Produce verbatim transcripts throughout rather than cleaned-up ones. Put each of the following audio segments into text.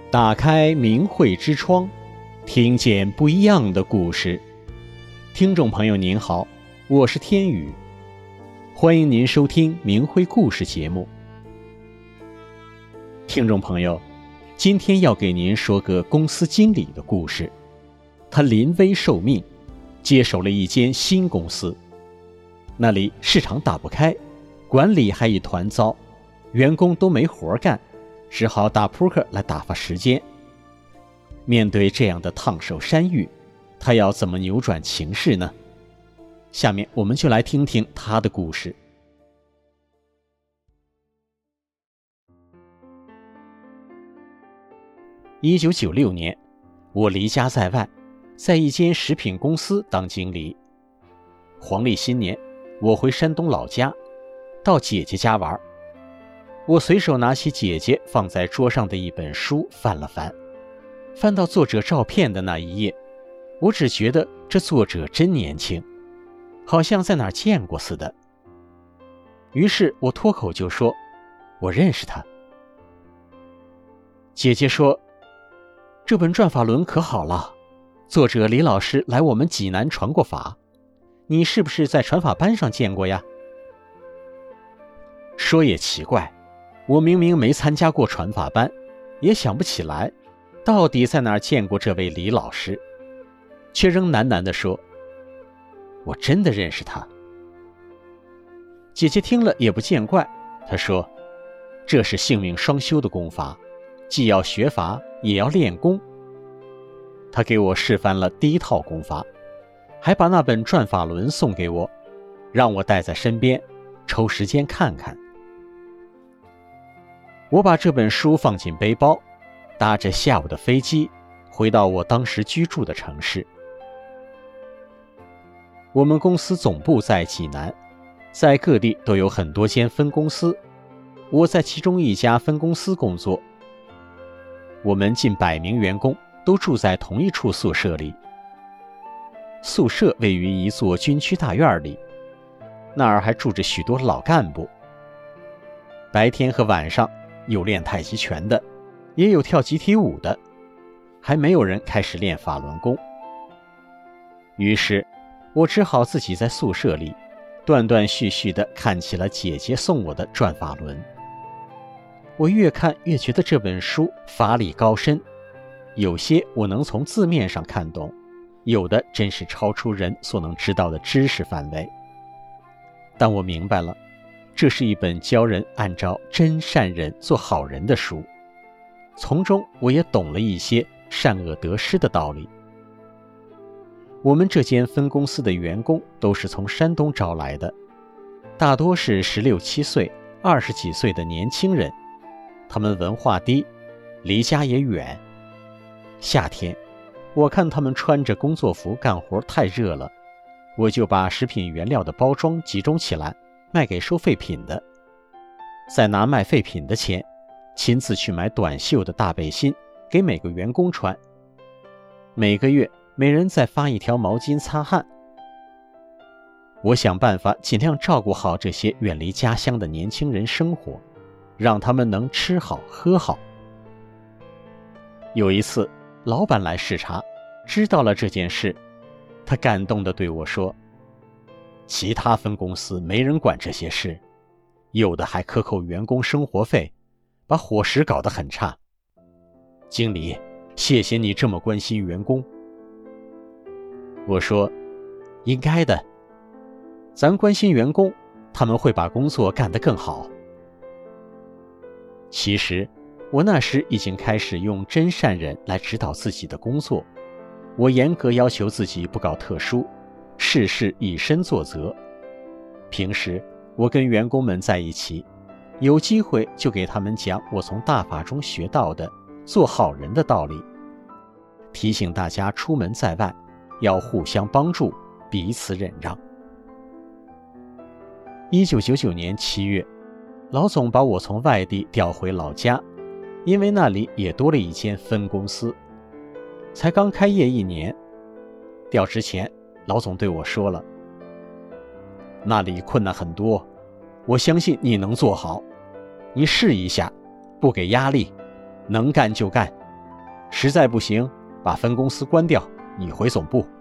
打开明慧之窗，听见不一样的故事。听众朋友您好，我是天宇，欢迎您收听明慧故事节目。听众朋友，今天要给您说个公司经理的故事。他临危受命，接手了一间新公司，那里市场打不开，管理还一团糟，员工都没活干，只好打扑克来打发时间。面对这样的烫手山芋，他要怎么扭转情势呢？下面我们就来听听他的故事。一九九六年，我离家在外，在一间食品公司当经理。黄历新年，我回山东老家，到姐姐家玩。我随手拿起姐姐放在桌上的一本书翻了翻，翻到作者照片的那一页，我只觉得这作者真年轻，好像在哪儿见过似的。于是我脱口就说，我认识他。姐姐说，这本转法轮可好了，作者李老师来我们济南传过法，你是不是在传法班上见过呀？说也奇怪，我明明没参加过传法班，也想不起来到底在哪儿见过这位李老师，却仍喃喃地说，我真的认识他。姐姐听了也不见怪，她说，这是性命双修的功法，既要学法也要练功。她给我示范了第一套功法，还把那本转法轮送给我，让我带在身边，抽时间看看。我把这本书放进背包，搭着下午的飞机回到我当时居住的城市。我们公司总部在济南，在各地都有很多间分公司，我在其中一家分公司工作。我们近百名员工都住在同一处宿舍里，宿舍位于一座军区大院里，那儿还住着许多老干部。白天和晚上有练太极拳的，也有跳集体舞的，还没有人开始练法轮功。于是我只好自己在宿舍里断断续续地看起了姐姐送我的转法轮。我越看越觉得这本书法理高深，有些我能从字面上看懂，有的真是超出人所能知道的知识范围。但我明白了，这是一本教人按照真善忍做好人的书，从中我也懂了一些善恶得失的道理。我们这间分公司的员工都是从山东招来的，大多是十六七岁、二十几岁的年轻人，他们文化低，离家也远。夏天，我看他们穿着工作服干活太热了，我就把食品原料的包装集中起来卖给收废品的，再拿卖废品的钱亲自去买短袖的大背心给每个员工穿，每个月每人再发一条毛巾擦汗。我想办法尽量照顾好这些远离家乡的年轻人生活，让他们能吃好喝好。有一次老板来视察，知道了这件事，他感动地对我说，其他分公司没人管这些事，有的还克扣员工生活费，把伙食搞得很差。经理，谢谢你这么关心员工。我说，应该的，咱关心员工，他们会把工作干得更好。其实我那时已经开始用真善忍来指导自己的工作，我严格要求自己不搞特殊，事事以身作则。平时我跟员工们在一起，有机会就给他们讲我从大法中学到的做好人的道理，提醒大家出门在外要互相帮助，彼此忍让。一九九九年七月，老总把我从外地调回老家，因为那里也多了一间分公司，才刚开业一年。调之前，老总对我说了，那里困难很多，我相信你能做好，你试一下，不给压力，能干就干， 实在不行，把分公司关掉，你回总部。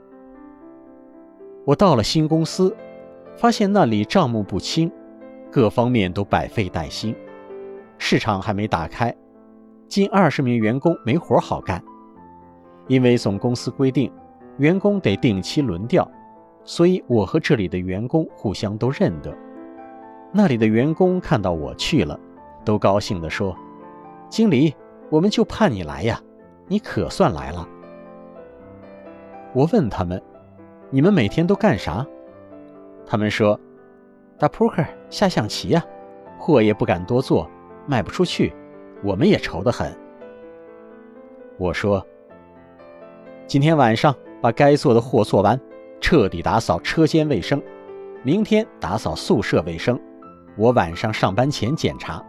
我到了新公司，发现那里账目不清，各方面都百废待兴，市场还没打开，近二十名员工没活好干。因为总公司规定员工得定期轮调，所以我和这里的员工互相都认得。那里的员工看到我去了，都高兴地说：经理，我们就盼你来呀，你可算来了。我问他们，你们每天都干啥？他们说，打扑克，下象棋呀，货也不敢多做，卖不出去，我们也愁得很。我说，今天晚上把该做的货做完，彻底打扫车间卫生，明天打扫宿舍卫生，我晚上上班前检查。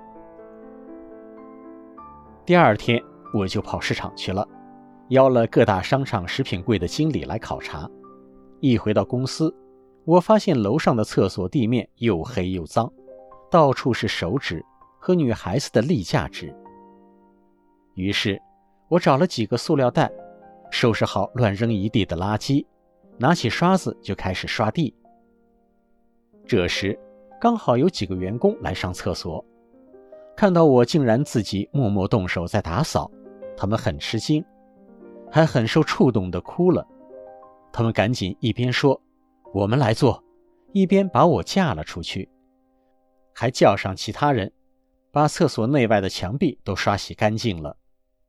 第二天我就跑市场去了，邀了各大商场食品柜的经理来考察。一回到公司，我发现楼上的厕所地面又黑又脏，到处是手指和女孩子的例假纸。于是我找了几个塑料袋，收拾好乱扔一地的垃圾，拿起刷子就开始刷地。这时刚好有几个员工来上厕所，看到我竟然自己默默动手在打扫，他们很吃惊，还很受触动地哭了。他们赶紧一边说我们来做，一边把我架了出去，还叫上其他人，把厕所内外的墙壁都刷洗干净了。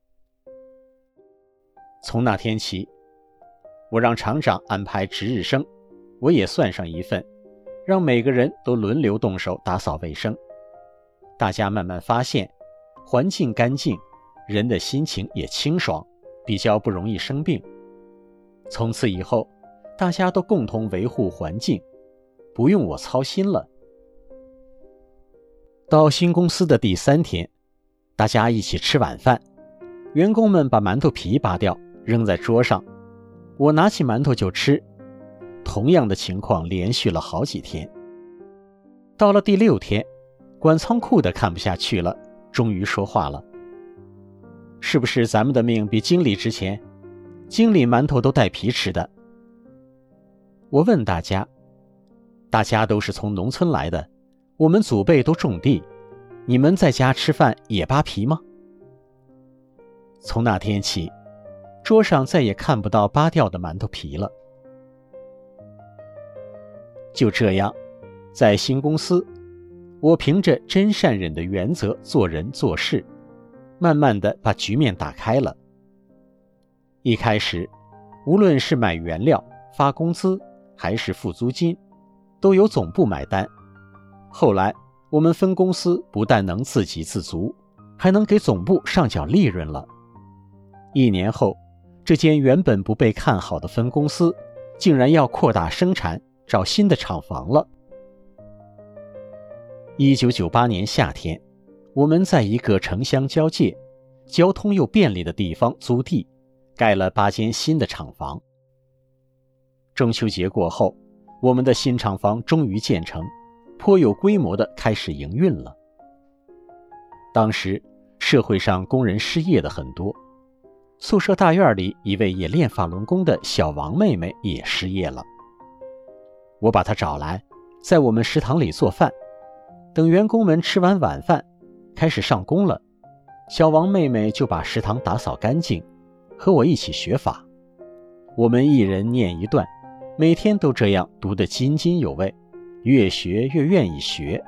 从那天起，我让厂长安排值日生，我也算上一份，让每个人都轮流动手打扫卫生。大家慢慢发现，环境干净，人的心情也清爽，比较不容易生病。从此以后，大家都共同维护环境，不用我操心了。到新公司的第三天，大家一起吃晚饭，员工们把馒头皮扒掉扔在桌上，我拿起馒头就吃。同样的情况连续了好几天。到了第六天，管仓库的看不下去了，终于说话了：是不是咱们的命比经理值钱？经理馒头都带皮吃的。我问大家，大家都是从农村来的，我们祖辈都种地，你们在家吃饭也扒皮吗？从那天起，桌上再也看不到扒掉的馒头皮了。就这样，在新公司，我凭着真善忍的原则做人做事，慢慢地把局面打开了。一开始，无论是买原料、发工资还是付租金，都由总部买单。后来我们分公司不但能自给自足，还能给总部上缴利润了。一年后，这间原本不被看好的分公司竟然要扩大生产，找新的厂房了。一九九八年夏天，我们在一个城乡交界、交通又便利的地方租地，盖了八间新的厂房。中秋节过后，我们的新厂房终于建成，颇有规模地开始营运了。当时社会上工人失业的很多，宿舍大院里一位也练法轮功的小王妹妹也失业了。我把她找来，在我们食堂里做饭，等员工们吃完晚饭开始上工了，小王妹妹就把食堂打扫干净，和我一起学法。我们一人念一段，每天都这样读得津津有味，越学越愿意学。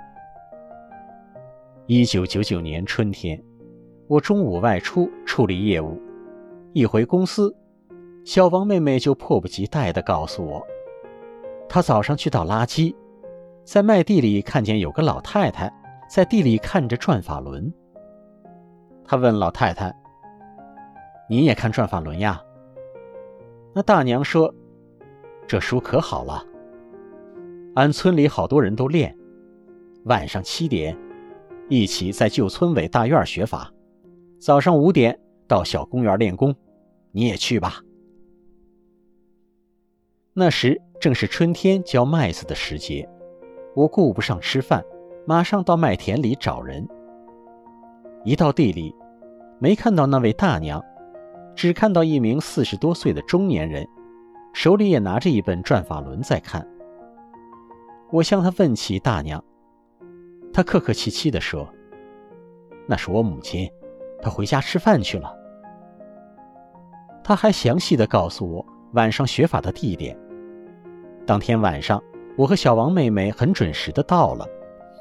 一九九九年春天，我中午外出处理业务，一回公司，小王妹妹就迫不及待地告诉我，她早上去倒垃圾，在麦地里看见有个老太太在地里看着转法轮。她问老太太，你也看转法轮呀？那大娘说，这书可好了，俺村里好多人都练，晚上七点一起在旧村委大院学法，早上五点到小公园练功，你也去吧。那时正是春天浇麦子的时节，我顾不上吃饭，马上到麦田里找人。一到地里，没看到那位大娘， 只看到一名四十多岁的中年人，手里也拿着一本转法轮在看。我向他问起大娘，他客客气气地说：“那是我母亲，她回家吃饭去了。”他还详细地告诉我晚上学法的地点。当天晚上，我和小王妹妹很准时地到了。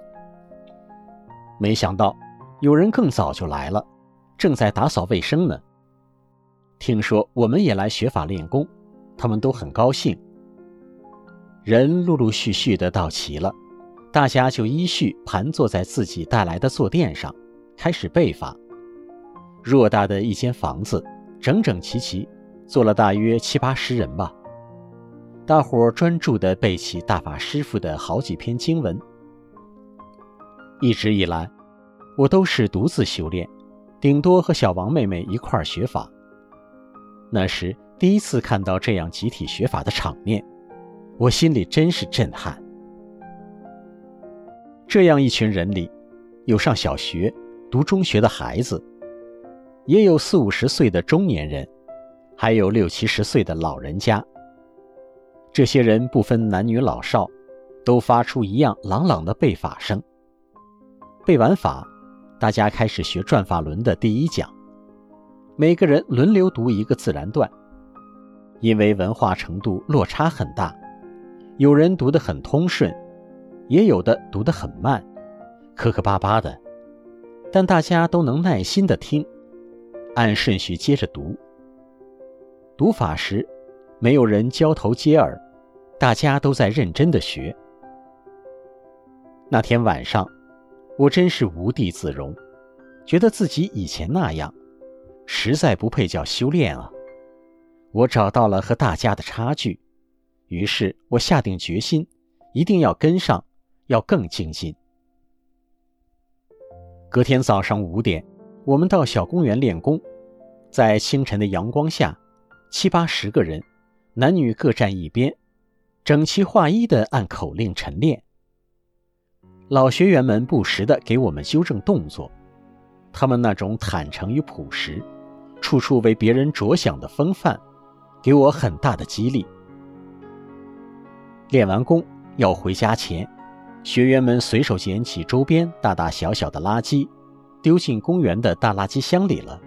没想到有人更早就来了，正在打扫卫生呢。听说我们也来学法练功，他们都很高兴。人陆陆续续地到齐了，大家就依序盘坐在自己带来的坐垫上，开始背法。偌大的一间房子，整整齐齐坐了大约七八十人吧。大伙儿专注地背起大法师父的好几篇经文。一直以来，我都是独自修炼，顶多和小王妹妹一块儿学法。那时第一次看到这样集体学法的场面，我心里真是震撼。这样一群人里，有上小学、读中学的孩子，也有四五十岁的中年人，还有六七十岁的老人家。这些人不分男女老少，都发出一样朗朗的背法声。背完法，大家开始学转法轮的第一讲，每个人轮流读一个自然段。因为文化程度落差很大，有人读得很通顺，也有的读得很慢，磕磕巴巴的，但大家都能耐心地听，按顺序接着读。读法时，没有人交头接耳，大家都在认真地学。那天晚上，我真是无地自容，觉得自己以前那样，实在不配叫修炼啊。我找到了和大家的差距，于是我下定决心，一定要跟上，要更精进。隔天早上五点，我们到小公园练功，在清晨的阳光下，七八十个人，男女各站一边，整齐划一地按口令晨练。老学员们不时地给我们纠正动作，他们那种坦诚与朴实，处处为别人着想的风范，给我很大的激励。练完功要回家前，学员们随手捡起周边大大小小的垃圾，丢进公园的大垃圾箱里了。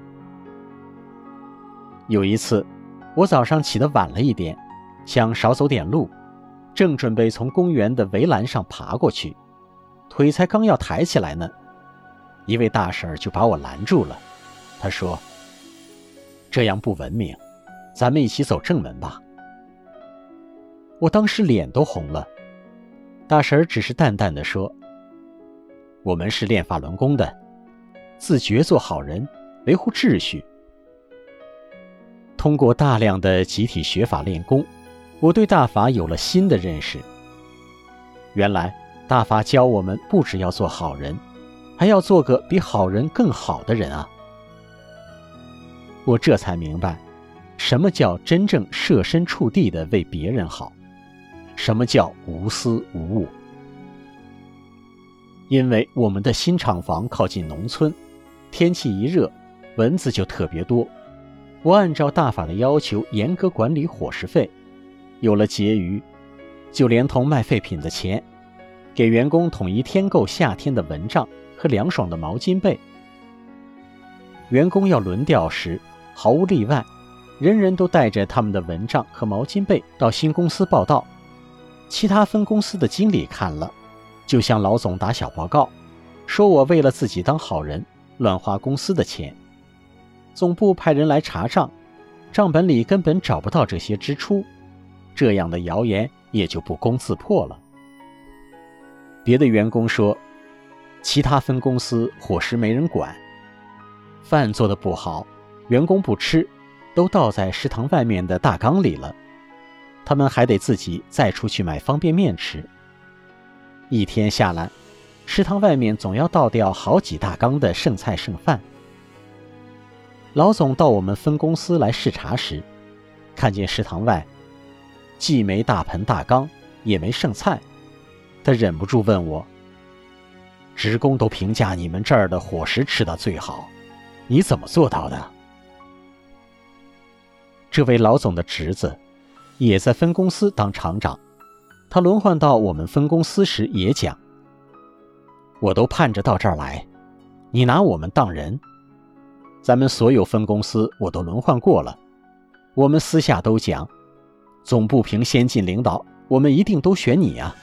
有一次，我早上起得晚了一点，想少走点路，正准备从公园的围栏上爬过去，腿才刚要抬起来呢，一位大婶就把我拦住了。她说：“这样不文明，咱们一起走正门吧。”我当时脸都红了。大婶只是淡淡地说：“我们是练法轮功的，自觉做好人，维护秩序。”通过大量的集体学法练功，我对大法有了新的认识。原来大法教我们不只要做好人，还要做个比好人更好的人啊！我这才明白，什么叫真正设身处地的为别人好，什么叫无私无我。因为我们的新厂房靠近农村，天气一热，蚊子就特别多。我按照大法的要求严格管理伙食费，有了结余，就连同卖废品的钱，给员工统一添购夏天的蚊帐和凉爽的毛巾被。员工要轮调时，毫无例外，人人都带着他们的蚊帐和毛巾被到新公司报到。其他分公司的经理看了，就向老总打小报告，说我为了自己当好人，乱花公司的钱。总部派人来查账，账本里根本找不到这些支出，这样的谣言也就不攻自破了。别的员工说，其他分公司伙食没人管，饭做得不好，员工不吃，都倒在食堂外面的大缸里了，他们还得自己再出去买方便面吃。一天下来，食堂外面总要倒掉好几大缸的剩菜剩饭。老总到我们分公司来视察时，看见食堂外既没大盆大缸，也没剩菜，他忍不住问我：“职工都评价你们这儿的伙食吃得最好，你怎么做到的？” 这位老总的侄子也在分公司当厂长，他轮换到我们分公司时也讲，我都盼着到这儿来，你拿我们当人。咱们所有分公司我都轮换过了，我们私下都讲，总部凭先进领导，我们一定都选你啊。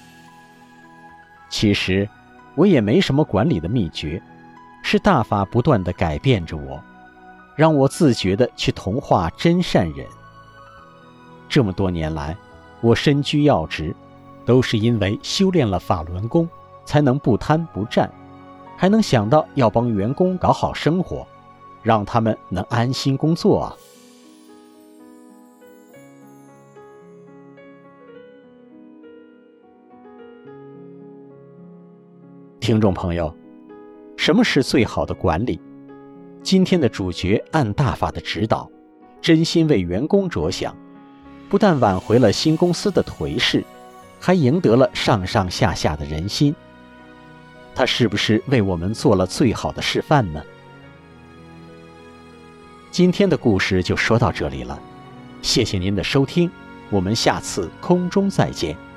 其实我也没什么管理的秘诀，是大法不断地改变着我，让我自觉地去同化真善人。这么多年来，我身居要职，都是因为修炼了法轮功，才能不贪不占，还能想到要帮员工搞好生活，让他们能安心工作啊。听众朋友，什么是最好的管理？今天的主角按大法的指导，真心为员工着想，不但挽回了新公司的颓势，还赢得了上上下下的人心。他是不是为我们做了最好的示范呢？今天的故事就说到这里了，谢谢您的收听，我们下次空中再见。